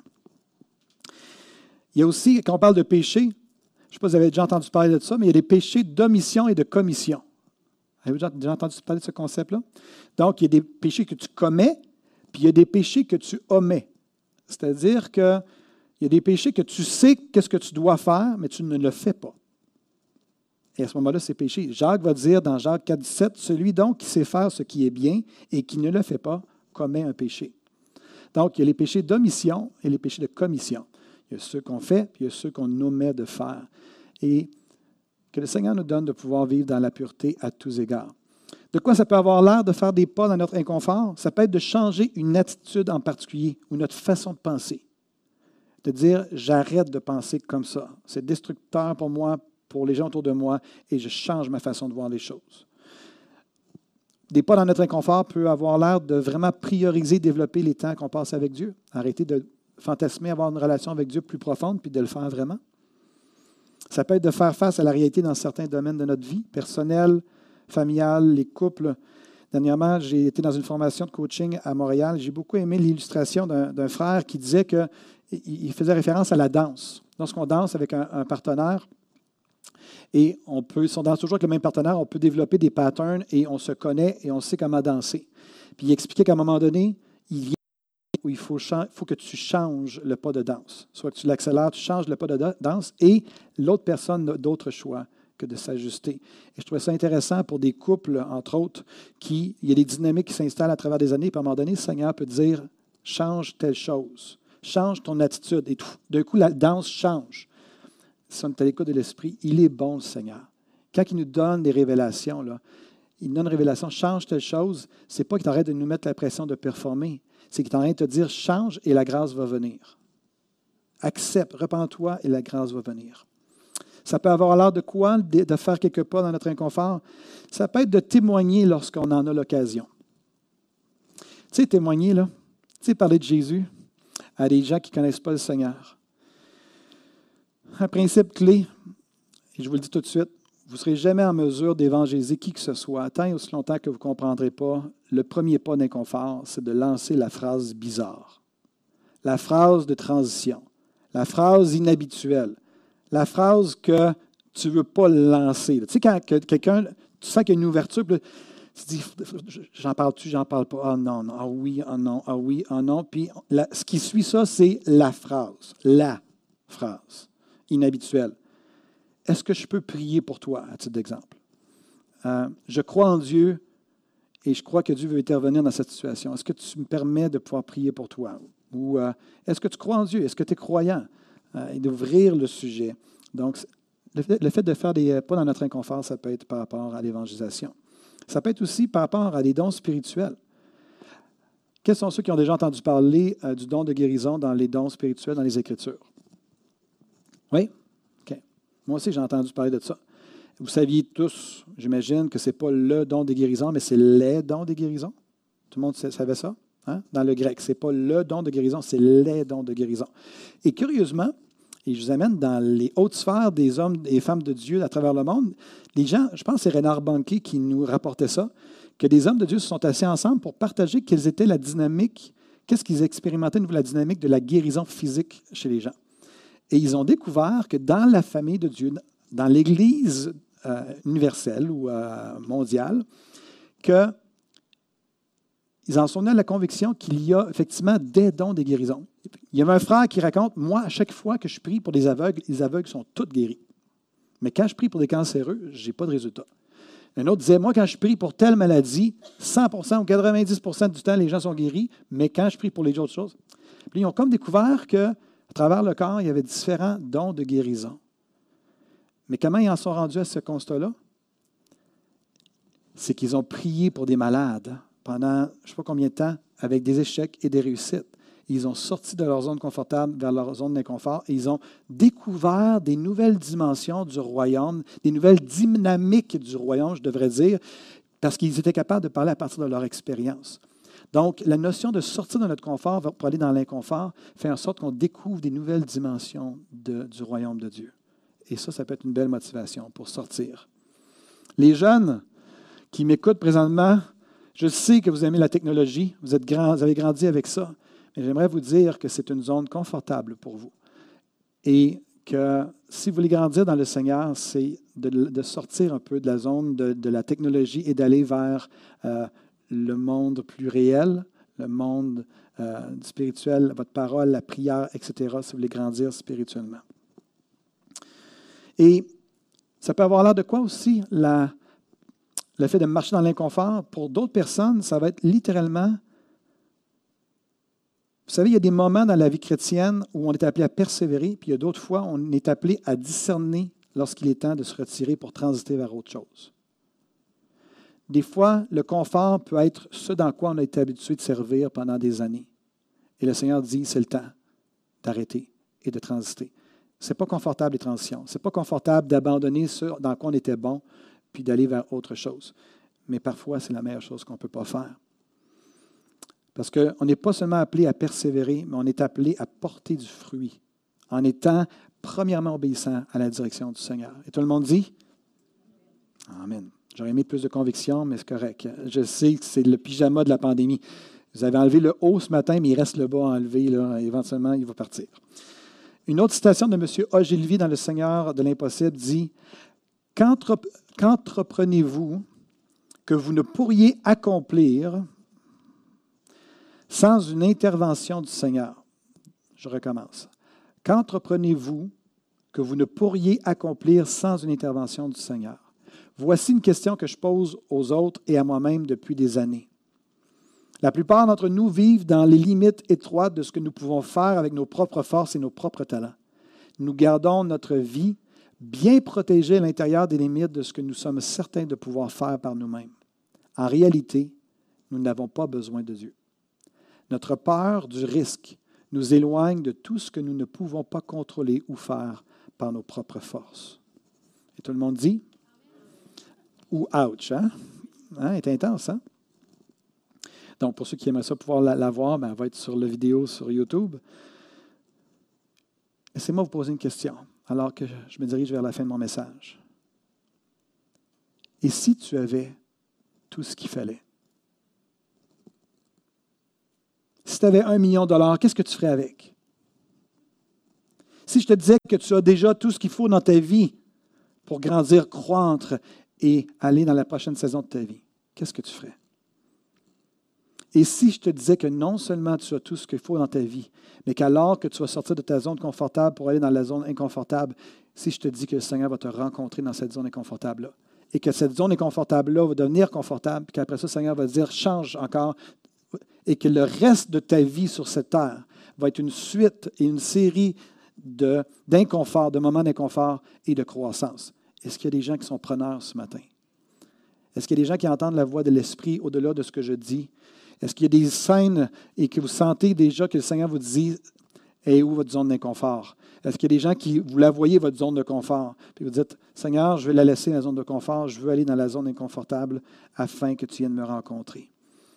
Il y a aussi, quand on parle de péché, je ne sais pas si vous avez déjà entendu parler de ça, mais il y a des péchés d'omission et de commission. Avez-vous déjà entendu parler de ce concept-là? Donc, il y a des péchés que tu commets, puis il y a des péchés que tu omets. C'est-à-dire qu'il y a des péchés que tu sais qu'est-ce que tu dois faire, mais tu ne le fais pas. Et à ce moment-là, c'est péché. Jacques va dire dans Jacques 4, 17, « Celui donc qui sait faire ce qui est bien et qui ne le fait pas, commet un péché. » Donc, il y a les péchés d'omission et les péchés de commission. Il y a ceux qu'on fait, puis il y a ceux qu'on omet de faire. Et que le Seigneur nous donne de pouvoir vivre dans la pureté à tous égards. De quoi ça peut avoir l'air de faire des pas dans notre inconfort? Ça peut être de changer une attitude en particulier ou notre façon de penser. De dire, j'arrête de penser comme ça. C'est destructeur pour moi, pour les gens autour de moi, et je change ma façon de voir les choses. Des pas dans notre inconfort peut avoir l'air de vraiment prioriser, développer les temps qu'on passe avec Dieu. Arrêter de fantasmer, avoir une relation avec Dieu plus profonde, puis de le faire vraiment. Ça peut être de faire face à la réalité dans certains domaines de notre vie, personnelle, familiale, les couples. Dernièrement, j'ai été dans une formation de coaching à Montréal. J'ai beaucoup aimé l'illustration d'un frère qui disait qu'il faisait référence à la danse. Lorsqu'on danse avec un partenaire, et si on danse toujours avec le même partenaire, on peut développer des patterns et on se connaît et on sait comment danser. Puis il expliquait qu'à un moment donné, il vient où il faut que tu changes le pas de danse. Soit que tu l'accélères, tu changes le pas de danse et l'autre personne n'a d'autre choix que de s'ajuster. Et je trouvais ça intéressant pour des couples, entre autres, il y a des dynamiques qui s'installent à travers des années. Puis à un moment donné, le Seigneur peut dire, change telle chose, change ton attitude. Et d'un coup, la danse change. Si on est à l'écoute de l'Esprit, il est bon, le Seigneur. Quand il nous donne des révélations, là, il nous donne une révélation, change telle chose, ce n'est pas qu'il arrête de nous mettre la pression de performer, c'est qu'il est en train de te dire, change et la grâce va venir. Accepte, repens-toi et la grâce va venir. Ça peut avoir l'air de quoi? De faire quelques pas dans notre inconfort. Ça peut être de témoigner lorsqu'on en a l'occasion. Tu sais, témoigner, là, tu sais, parler de Jésus à des gens qui ne connaissent pas le Seigneur. Un principe clé, et je vous le dis tout de suite, vous ne serez jamais en mesure d'évangéliser qui que ce soit, tant et aussi longtemps que vous ne comprendrez pas, le premier pas d'inconfort, c'est de lancer la phrase bizarre, la phrase de transition, la phrase inhabituelle, la phrase que tu ne veux pas lancer. Tu sais, quand quelqu'un, tu sens qu'il y a une ouverture, puis tu te dis, j'en parle-tu, j'en parle pas, ah non, non, ah oui, ah non, ah oui, ah non. Puis ce qui suit ça, c'est la phrase inhabituelle. Est-ce que je peux prier pour toi, à titre d'exemple? Je crois en Dieu et je crois que Dieu veut intervenir dans cette situation. Est-ce que tu me permets de pouvoir prier pour toi? Ou est-ce que tu crois en Dieu? Est-ce que tu es croyant? Et d'ouvrir le sujet. Donc, le fait de faire des pas dans notre inconfort, ça peut être par rapport à l'évangélisation. Ça peut être aussi par rapport à des dons spirituels. Quels sont ceux qui ont déjà entendu parler du don de guérison dans les dons spirituels dans les Écritures? Oui? OK. Moi aussi, j'ai entendu parler de ça. Vous saviez tous, j'imagine, que ce n'est pas le don de guérison, mais c'est les dons de guérison. Tout le monde savait ça? Hein? Dans le grec, ce n'est pas le don de guérison, c'est les dons de guérison. Et curieusement, et je vous amène dans les hautes sphères des hommes et femmes de Dieu à travers le monde, les gens, je pense que c'est Reinhard Bonnke qui nous rapportait ça, que des hommes de Dieu se sont assis ensemble pour partager quelle était la dynamique, qu'est-ce qu'ils expérimentaient au niveau de la dynamique de la guérison physique chez les gens. Et ils ont découvert que dans la famille de Dieu, dans l'Église universelle ou mondiale, qu'il ils en sont venus à la conviction qu'il y a effectivement des dons des guérisons. Il y avait un frère qui raconte, moi, à chaque fois que je prie pour des aveugles, les aveugles sont tous guéris. Mais quand je prie pour des cancéreux, je n'ai pas de résultat. Un autre disait, moi, quand je prie pour telle maladie, 100% ou 90% du temps, les gens sont guéris, mais quand je prie pour les autres choses, puis ils ont comme découvert qu'à travers le corps, il y avait différents dons de guérison. Mais comment ils en sont rendus à ce constat-là? C'est qu'ils ont prié pour des malades pendant je ne sais pas combien de temps, avec des échecs et des réussites. Ils ont sorti de leur zone confortable vers leur zone d'inconfort et ils ont découvert des nouvelles dimensions du royaume, des nouvelles dynamiques du royaume, je devrais dire, parce qu'ils étaient capables de parler à partir de leur expérience. Donc, la notion de sortir de notre confort pour aller dans l'inconfort fait en sorte qu'on découvre des nouvelles dimensions du royaume de Dieu. Et ça peut être une belle motivation pour sortir. Les jeunes qui m'écoutent présentement, je sais que vous aimez la technologie, vous avez grandi avec ça. Mais j'aimerais vous dire que c'est une zone confortable pour vous. Et que si vous voulez grandir dans le Seigneur, c'est de sortir un peu de la zone de la technologie et d'aller vers le monde plus réel, le monde spirituel, votre parole, la prière, etc., si vous voulez grandir spirituellement. Et ça peut avoir l'air de quoi aussi, le fait de marcher dans l'inconfort? Pour d'autres personnes, ça va être littéralement... Vous savez, il y a des moments dans la vie chrétienne où on est appelé à persévérer, puis il y a d'autres fois où on est appelé à discerner lorsqu'il est temps de se retirer pour transiter vers autre chose. Des fois, le confort peut être ce dans quoi on a été habitué de servir pendant des années. Et le Seigneur dit, c'est le temps d'arrêter et de transiter. Ce n'est pas confortable les transitions. Ce n'est pas confortable d'abandonner ce dans quoi on était bon, puis d'aller vers autre chose. Mais parfois, c'est la meilleure chose qu'on ne peut pas faire. Parce qu'on n'est pas seulement appelé à persévérer, mais on est appelé à porter du fruit, en étant premièrement obéissant à la direction du Seigneur. Et tout le monde dit? Amen. J'aurais aimé plus de conviction, mais c'est correct. Je sais que c'est le pyjama de la pandémie. Vous avez enlevé le haut ce matin, mais il reste le bas à enlever. Là. Éventuellement, il va partir. Une autre citation de M. Ogilvy dans Le Seigneur de l'impossible dit « Qu'entreprenez-vous que vous ne pourriez accomplir sans une intervention du Seigneur? » Je recommence. « Qu'entreprenez-vous que vous ne pourriez accomplir sans une intervention du Seigneur? » Voici une question que je pose aux autres et à moi-même depuis des années. La plupart d'entre nous vivent dans les limites étroites de ce que nous pouvons faire avec nos propres forces et nos propres talents. Nous gardons notre vie bien protégée à l'intérieur des limites de ce que nous sommes certains de pouvoir faire par nous-mêmes. En réalité, nous n'avons pas besoin de Dieu. Notre peur du risque nous éloigne de tout ce que nous ne pouvons pas contrôler ou faire par nos propres forces. Et tout le monde dit? Ou ouch, hein? C'est intense, hein? Donc, pour ceux qui aimeraient ça pouvoir la voir, elle va être sur la vidéo sur YouTube. Laissez-moi vous poser une question, alors que je me dirige vers la fin de mon message. Et si tu avais tout ce qu'il fallait? Si tu avais $1 million, qu'est-ce que tu ferais avec? Si je te disais que tu as déjà tout ce qu'il faut dans ta vie pour grandir, croître et aller dans la prochaine saison de ta vie, qu'est-ce que tu ferais? Et si je te disais que non seulement tu as tout ce qu'il faut dans ta vie, mais qu'alors que tu vas sortir de ta zone confortable pour aller dans la zone inconfortable, si je te dis que le Seigneur va te rencontrer dans cette zone inconfortable-là, et que cette zone inconfortable-là va devenir confortable, puis qu'après ça, le Seigneur va te dire, change encore, et que le reste de ta vie sur cette terre va être une suite et une série d'inconfort, de moments d'inconfort et de croissance. Est-ce qu'il y a des gens qui sont preneurs ce matin? Est-ce qu'il y a des gens qui entendent la voix de l'Esprit au-delà de ce que je dis? Est-ce qu'il y a des scènes et que vous sentez déjà que le Seigneur vous dit « Est où votre zone d'inconfort? » Est-ce qu'il y a des gens qui, vous la voyez, votre zone de confort, puis vous dites « Seigneur, je vais la laisser, la zone de confort, je veux aller dans la zone inconfortable afin que tu viennes me rencontrer. »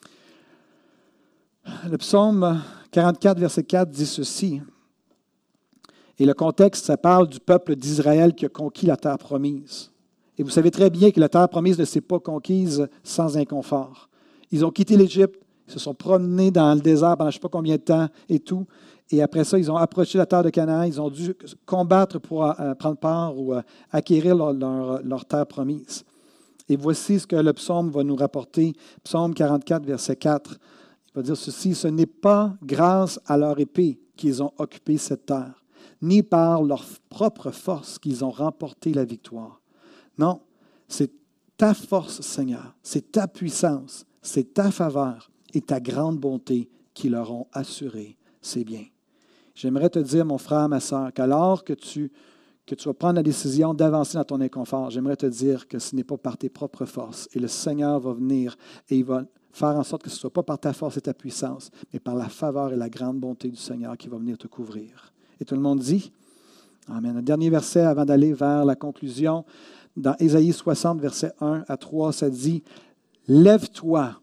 Le psaume 44, verset 4 dit ceci. Et le contexte, ça parle du peuple d'Israël qui a conquis la terre promise. Et vous savez très bien que la terre promise ne s'est pas conquise sans inconfort. Ils ont quitté l'Égypte, ils se sont promenés dans le désert pendant je ne sais pas combien de temps et tout. Et après ça, ils ont approché la terre de Canaan, ils ont dû combattre pour prendre part ou acquérir leur terre promise. Et voici ce que le psaume va nous rapporter. Psaume 44, verset 4. va dire ceci, ce n'est pas grâce à leur épée qu'ils ont occupé cette terre, ni par leur propre force qu'ils ont remporté la victoire. Non, c'est ta force, Seigneur, c'est ta puissance, c'est ta faveur et ta grande bonté qui leur ont assuré ces biens. J'aimerais te dire, mon frère, ma sœur, qu'alors que tu vas prendre la décision d'avancer dans ton inconfort, j'aimerais te dire que ce n'est pas par tes propres forces. Et le Seigneur va venir et il va faire en sorte que ce ne soit pas par ta force et ta puissance, mais par la faveur et la grande bonté du Seigneur qui va venir te couvrir. Et tout le monde dit, amen. Le dernier verset avant d'aller vers la conclusion, dans Ésaïe 60, versets 1 à 3, ça dit, « Lève-toi,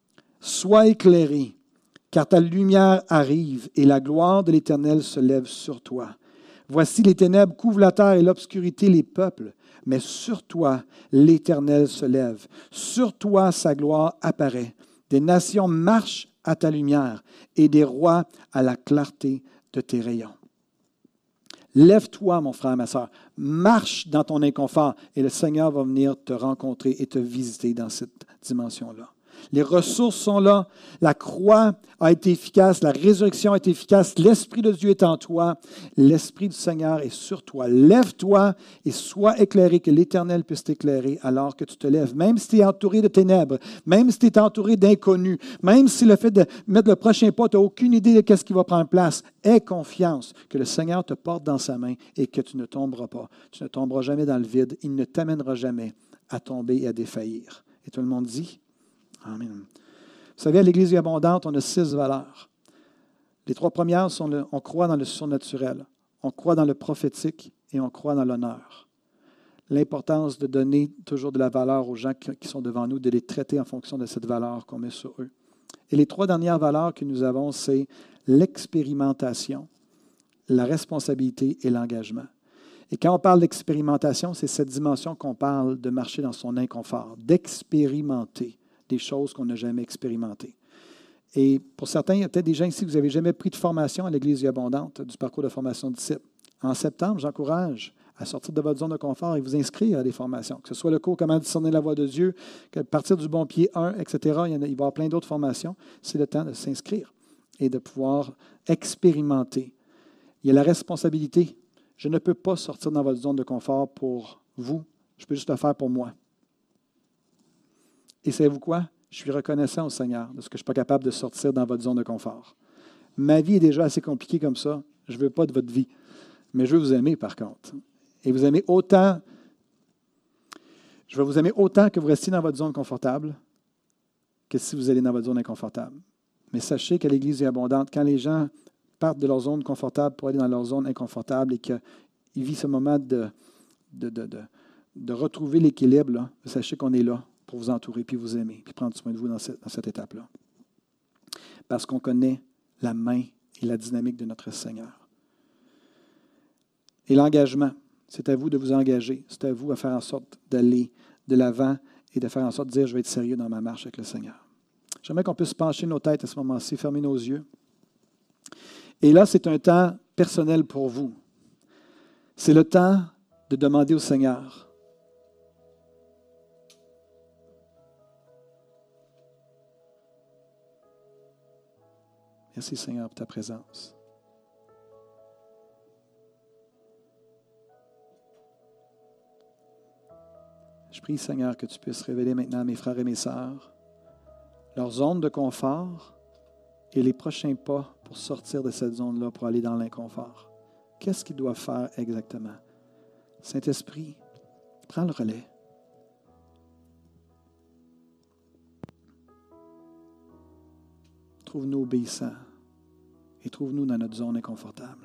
sois éclairé, car ta lumière arrive et la gloire de l'Éternel se lève sur toi. Voici les ténèbres couvrent la terre et l'obscurité les peuples, mais sur toi l'Éternel se lève. Sur toi sa gloire apparaît. Des nations marchent à ta lumière et des rois à la clarté de tes rayons. » Lève-toi, mon frère, ma soeur, marche dans ton inconfort et le Seigneur va venir te rencontrer et te visiter dans cette dimension-là. Les ressources sont là, la croix a été efficace, la résurrection a été efficace, l'Esprit de Dieu est en toi, l'Esprit du Seigneur est sur toi. Lève-toi et sois éclairé, que l'Éternel puisse t'éclairer alors que tu te lèves. Même si tu es entouré de ténèbres, même si tu es entouré d'inconnus, même si le fait de mettre le prochain pas, tu n'as aucune idée de ce qui va prendre place, aie confiance que le Seigneur te porte dans sa main et que tu ne tomberas pas. Tu ne tomberas jamais dans le vide, il ne t'amènera jamais à tomber et à défaillir. Et tout le monde dit? Amen. Vous savez, à l'Église Vie Abondante, on a 6 valeurs. Les 3 premières sont on croit dans le surnaturel, on croit dans le prophétique et on croit dans l'honneur. L'importance de donner toujours de la valeur aux gens qui sont devant nous, de les traiter en fonction de cette valeur qu'on met sur eux. Et les 3 dernières valeurs que nous avons, c'est l'expérimentation, la responsabilité et l'engagement. Et quand on parle d'expérimentation, c'est cette dimension qu'on parle de marcher dans son inconfort, d'expérimenter des choses qu'on n'a jamais expérimentées. Et pour certains, il y a peut-être des gens ici, vous n'avez jamais pris de formation à l'Église Vie Abondante, du parcours de formation de disciples. En septembre, j'encourage à sortir de votre zone de confort et vous inscrire à des formations, que ce soit le cours Comment discerner la voix de Dieu, que partir du bon pied 1, etc. Il va y avoir plein d'autres formations. C'est le temps de s'inscrire et de pouvoir expérimenter. Il y a la responsabilité. Je ne peux pas sortir dans votre zone de confort pour vous. Je peux juste le faire pour moi. Et savez-vous quoi? Je suis reconnaissant au Seigneur de ce que je ne suis pas capable de sortir dans votre zone de confort. Ma vie est déjà assez compliquée comme ça. Je ne veux pas de votre vie. Mais je veux vous aimer, par contre. Et vous aimer autant. Je vais vous aimer autant que vous restiez dans votre zone confortable que si vous allez dans votre zone inconfortable. Mais sachez qu'à l'Église est abondante, quand les gens partent de leur zone confortable pour aller dans leur zone inconfortable et qu'ils vivent ce moment de retrouver l'équilibre, là, sachez qu'on est là pour vous entourer, puis vous aimer, puis prendre soin de vous dans cette étape-là. Parce qu'on connaît la main et la dynamique de notre Seigneur. Et l'engagement, c'est à vous de vous engager. C'est à vous à faire en sorte d'aller de l'avant et de faire en sorte de dire, je vais être sérieux dans ma marche avec le Seigneur. J'aimerais qu'on puisse pencher nos têtes à ce moment-ci, fermer nos yeux. Et là, c'est un temps personnel pour vous. C'est le temps de demander au Seigneur. Merci Seigneur pour ta présence. Je prie Seigneur que tu puisses révéler maintenant à mes frères et mes sœurs leur zone de confort et les prochains pas pour sortir de cette zone-là pour aller dans l'inconfort. Qu'est-ce qu'ils doivent faire exactement? Saint-Esprit, prends le relais. Trouve-nous obéissants et trouve-nous dans notre zone inconfortable.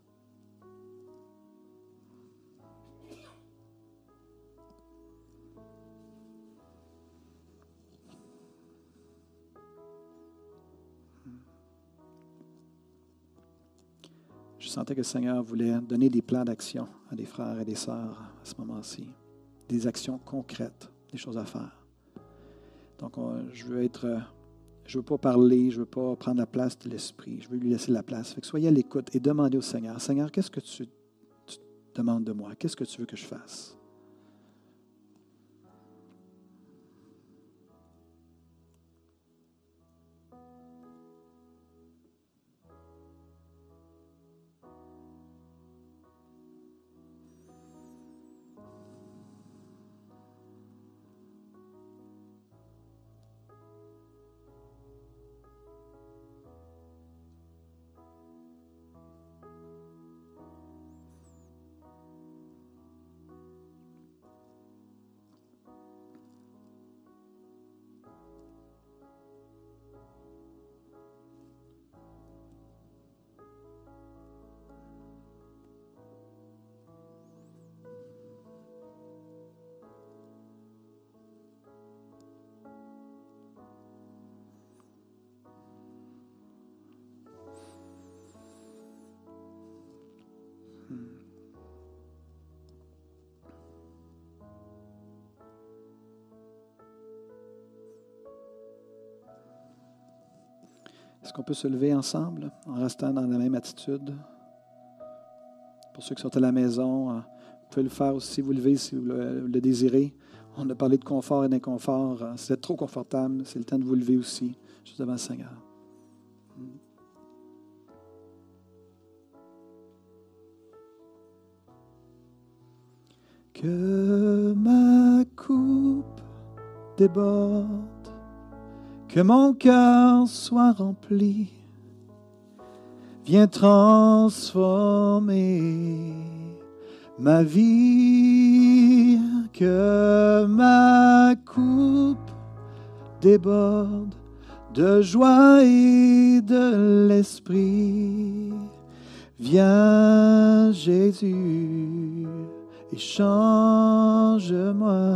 Je sentais que le Seigneur voulait donner des plans d'action à des frères et des sœurs à ce moment-ci. Des actions concrètes, des choses à faire. Donc, je veux pas parler, je ne veux pas prendre la place de l'Esprit. Je veux lui laisser la place. Fait que soyez à l'écoute et demandez au Seigneur, Seigneur, qu'est-ce que tu demandes de moi? Qu'est-ce que tu veux que je fasse? Est-ce qu'on peut se lever ensemble en restant dans la même attitude? Pour ceux qui sont à la maison, vous pouvez le faire aussi, vous lever si vous le désirez. On a parlé de confort et d'inconfort. Si vous êtes trop confortable, c'est le temps de vous lever aussi, juste devant le Seigneur. Que ma coupe déborde, que mon cœur soit rempli, viens transformer ma vie, que ma coupe déborde de joie et de l'esprit. Viens Jésus et change-moi,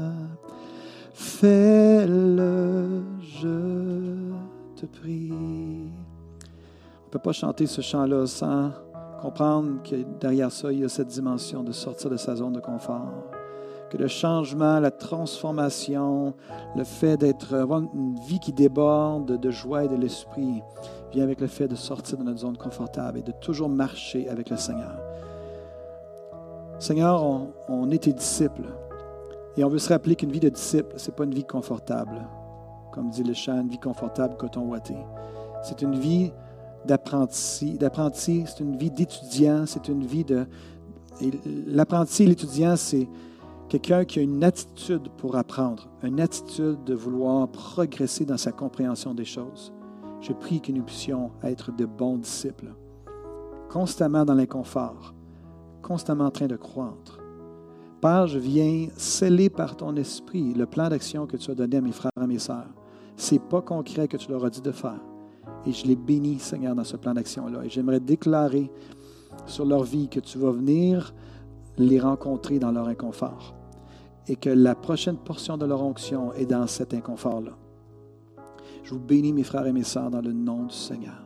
fais-le, je te prie. On ne peut pas chanter ce chant-là sans comprendre que derrière ça, il y a cette dimension de sortir de sa zone de confort. Que le changement, la transformation, le fait d'avoir une vie qui déborde de joie et de l'esprit vient avec le fait de sortir de notre zone confortable et de toujours marcher avec le Seigneur. Seigneur, on est tes disciples et on veut se rappeler qu'une vie de disciple, ce n'est pas une vie confortable. Comme dit le chant, une vie confortable, coton ouaté. C'est une vie d'apprenti, c'est une vie d'étudiant, c'est une vie de... Et l'apprenti et l'étudiant, c'est quelqu'un qui a une attitude pour apprendre, une attitude de vouloir progresser dans sa compréhension des choses. Je prie que nous puissions être de bons disciples, constamment dans l'inconfort, constamment en train de croître. Père, je viens sceller par ton esprit le plan d'action que tu as donné à mes frères et à mes sœurs. Ce n'est pas concret que tu leur as dit de faire. Et je les bénis, Seigneur, dans ce plan d'action-là. Et j'aimerais déclarer sur leur vie que tu vas venir les rencontrer dans leur inconfort. Et que la prochaine portion de leur onction est dans cet inconfort-là. Je vous bénis, mes frères et mes sœurs, dans le nom du Seigneur.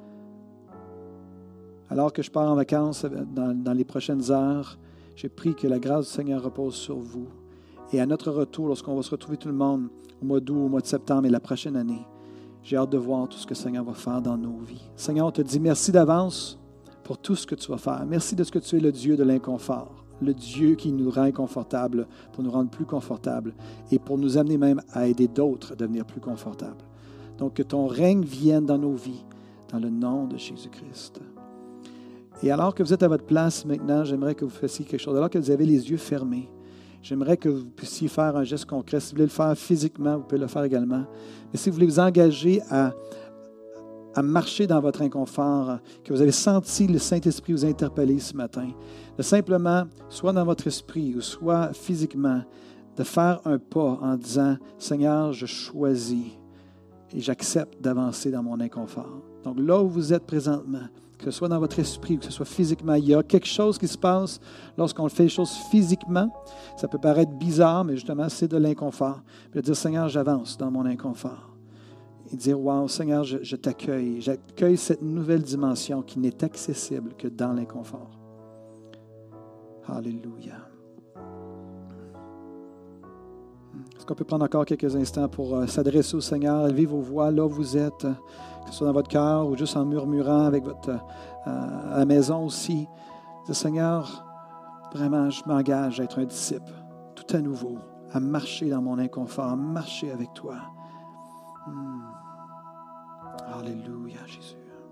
Alors que je pars en vacances dans les prochaines heures, j'ai prié que la grâce du Seigneur repose sur vous. Et à notre retour, lorsqu'on va se retrouver tout le monde au mois d'août, au mois de septembre et la prochaine année, j'ai hâte de voir tout ce que le Seigneur va faire dans nos vies. Seigneur, on te dit merci d'avance pour tout ce que tu vas faire. Merci de ce que tu es le Dieu de l'inconfort, le Dieu qui nous rend inconfortables pour nous rendre plus confortables et pour nous amener même à aider d'autres à devenir plus confortables. Donc, que ton règne vienne dans nos vies, dans le nom de Jésus-Christ. Et alors que vous êtes à votre place maintenant, j'aimerais que vous fassiez quelque chose. Alors que vous avez les yeux fermés, j'aimerais que vous puissiez faire un geste concret. Si vous voulez le faire physiquement, vous pouvez le faire également. Mais si vous voulez vous engager à marcher dans votre inconfort, que vous avez senti le Saint-Esprit vous interpeller ce matin, de simplement, soit dans votre esprit ou soit physiquement, de faire un pas en disant « Seigneur, je choisis et j'accepte d'avancer dans mon inconfort. » Donc là où vous êtes présentement, que ce soit dans votre esprit ou que ce soit physiquement, il y a quelque chose qui se passe lorsqu'on fait les choses physiquement. Ça peut paraître bizarre, mais justement, c'est de l'inconfort. Puis de dire, Seigneur, j'avance dans mon inconfort. Et dire, wow, Seigneur, je t'accueille. J'accueille cette nouvelle dimension qui n'est accessible que dans l'inconfort. Alléluia. Est-ce qu'on peut prendre encore quelques instants pour s'adresser au Seigneur, élever vos voix là où vous êtes, que ce soit dans votre cœur ou juste en murmurant avec à la maison aussi. Dire, Seigneur, vraiment, je m'engage à être un disciple, tout à nouveau, à marcher dans mon inconfort, à marcher avec toi. Alléluia, Jésus.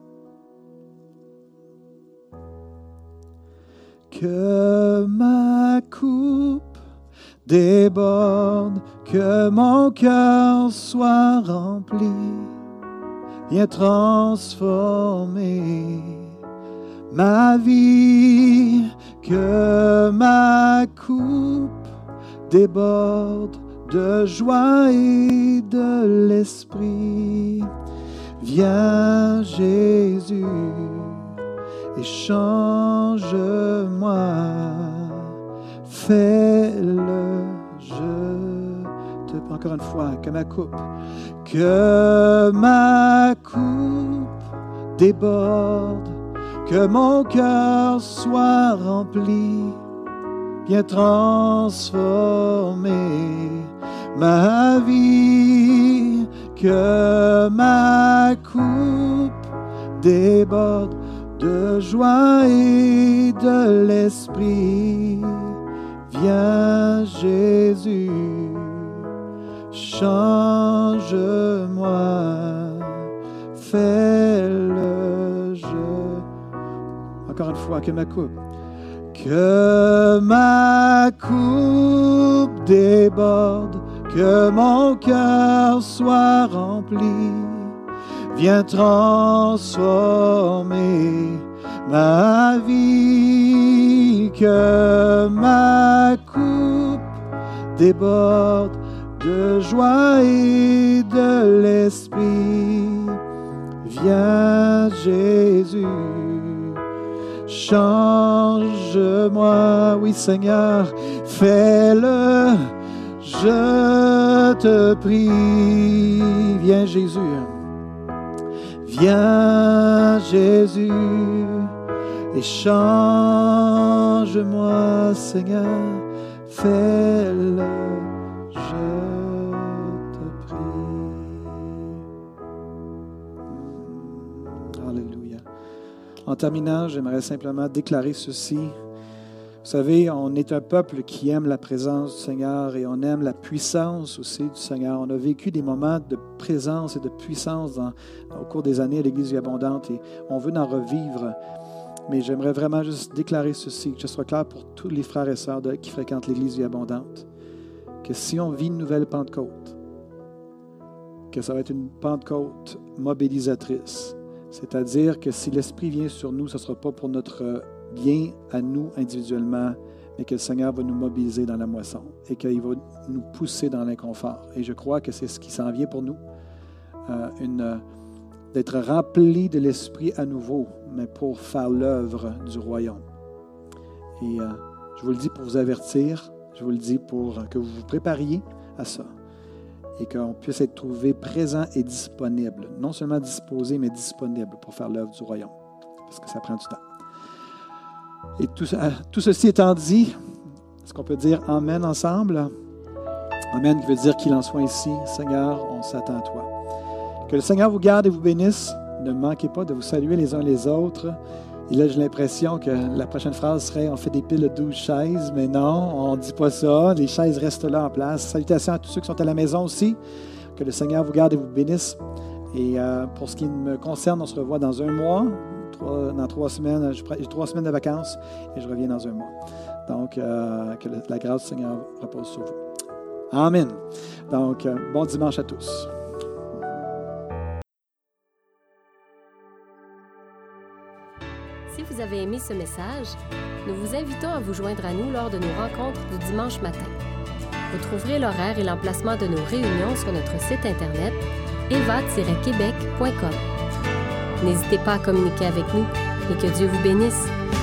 Que ma coupe déborde, que mon cœur soit rempli, viens transformer ma vie, que ma coupe déborde de joie et de l'esprit. Viens Jésus et change-moi, fais-le, je te prie encore une fois, que ma coupe déborde, que mon cœur soit rempli, viens transformer ma vie, que que ma coupe déborde de joie et de l'esprit. Viens Jésus, change-moi, fais-le jeu. Encore une fois, que ma coupe déborde, que mon cœur soit rempli. Viens transformer ma vie, que ma coupe déborde de joie et de l'esprit. Viens Jésus, change-moi, oui Seigneur, fais-le, je te prie. Viens Jésus, viens Jésus, et change-moi Seigneur, fais-le, je te prie. Alléluia. En terminant, j'aimerais simplement déclarer ceci. Vous savez, on est un peuple qui aime la présence du Seigneur et on aime la puissance aussi du Seigneur. On a vécu des moments de présence et de puissance au cours des années à l'Église Vie Abondante et on veut en revivre. Mais j'aimerais vraiment juste déclarer ceci, que ce soit clair pour tous les frères et sœurs qui fréquentent l'Église Vie Abondante, que si on vit une nouvelle Pentecôte, que ça va être une Pentecôte mobilisatrice. C'est-à-dire que si l'Esprit vient sur nous, ce ne sera pas pour notre bien à nous individuellement, mais que le Seigneur va nous mobiliser dans la moisson et qu'il va nous pousser dans l'inconfort. Et je crois que c'est ce qui s'en vient pour nous, d'être rempli de l'Esprit à nouveau, mais pour faire l'œuvre du royaume. Et je vous le dis pour vous avertir, je vous le dis pour que vous vous prépariez à ça et qu'on puisse être trouvé présent et disponible. Non seulement disposé, mais disponible pour faire l'œuvre du royaume, parce que ça prend du temps. Et tout ceci étant dit, est-ce qu'on peut dire Amen ensemble? Amen, qui veut dire qu'il en soit ainsi. Seigneur, on s'attend à toi. Que le Seigneur vous garde et vous bénisse. Ne manquez pas de vous saluer les uns les autres. Et là, j'ai l'impression que la prochaine phrase serait « On fait des piles de 12 chaises », mais non, on ne dit pas ça. Les chaises restent là en place. Salutations à tous ceux qui sont à la maison aussi. Que le Seigneur vous garde et vous bénisse. Et pour ce qui me concerne, on se revoit dans un mois. Dans 3 semaines, j'ai 3 semaines de vacances et je reviens dans un mois. Donc, que la grâce du Seigneur repose sur vous. Amen. Donc, bon dimanche à tous. Si vous avez aimé ce message, nous vous invitons à vous joindre à nous lors de nos rencontres du dimanche matin. Vous trouverez l'horaire et l'emplacement de nos réunions sur notre site internet eva-québec.com. N'hésitez pas à communiquer avec nous et que Dieu vous bénisse.